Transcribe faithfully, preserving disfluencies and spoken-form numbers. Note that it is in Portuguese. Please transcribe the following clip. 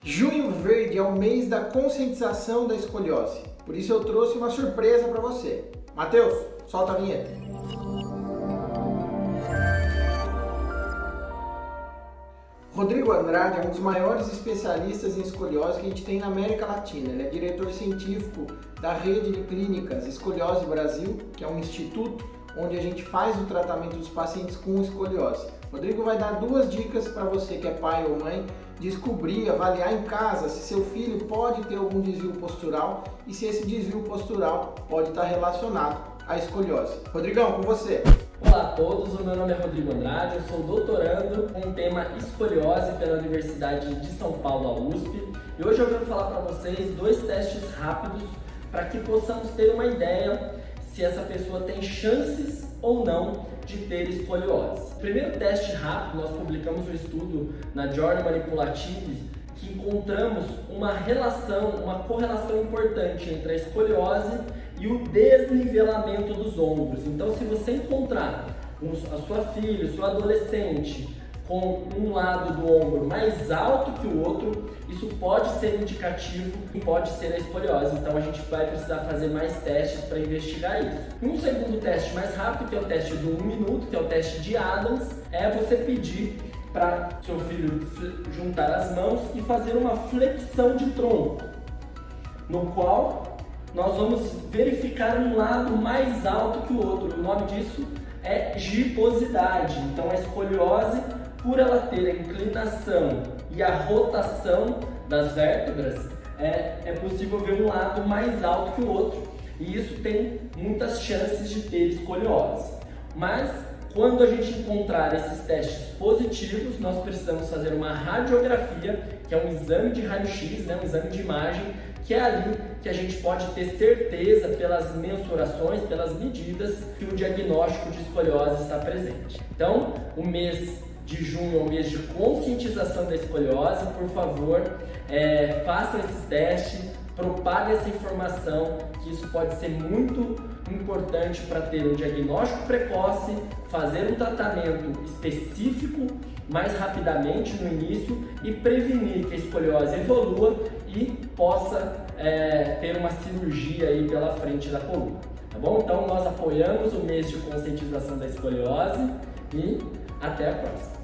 Junho Verde é o mês da conscientização da escoliose. Por isso eu trouxe uma surpresa para você. Matheus, solta a vinheta. Rodrigo Andrade é um dos maiores especialistas em escoliose que a gente tem na América Latina. Ele é diretor científico da Rede de Clínicas Escoliose Brasil, que é um instituto onde a gente faz o tratamento dos pacientes com escoliose. Rodrigo vai dar duas dicas para você que é pai ou mãe descobrir, avaliar em casa se seu filho pode ter algum desvio postural e se esse desvio postural pode estar relacionado à escoliose. Rodrigão, com você. Olá a todos, o meu nome é Rodrigo Andrade, eu sou doutorando com o tema escoliose pela Universidade de São Paulo, a U S P, e hoje eu vou falar para vocês dois testes rápidos para que possamos ter uma ideia se essa pessoa tem chances ou não de ter escoliose. O primeiro teste rápido, nós publicamos um estudo na Journal Manipulative que encontramos uma relação, uma correlação importante entre a escoliose e o desnivelamento dos ombros. Então, se você encontrar a sua filha, o seu adolescente com um lado do ombro mais alto que o outro, isso pode ser indicativo e pode ser a escoliose. Então a gente vai precisar fazer mais testes para investigar isso. Um segundo teste mais rápido, que é o teste do um minuto, que é o teste de Adams, é você pedir para seu filho juntar as mãos e fazer uma flexão de tronco, no qual nós vamos verificar um lado mais alto que o outro. O nome disso é gibosidade. Então a escoliose, por ela ter a inclinação e a rotação das vértebras, é, é possível ver um lado mais alto que o outro, e isso tem muitas chances de ter escoliose. Mas quando a gente encontrar esses testes positivos, nós precisamos fazer uma radiografia, que é um exame de raio-x, né, um exame de imagem, que é ali que a gente pode ter certeza, pelas mensurações, pelas medidas, que o diagnóstico de escoliose está presente. Então, o mês de junho é um mês de conscientização da escoliose. Por favor, é, façam esse teste, propaguem essa informação, que isso pode ser muito importante para ter um diagnóstico precoce, fazer um tratamento específico mais rapidamente no início e prevenir que a escoliose evolua e possa é, ter uma cirurgia aí pela frente da coluna, tá bom? Então nós apoiamos o mês de conscientização da escoliose e até a próxima!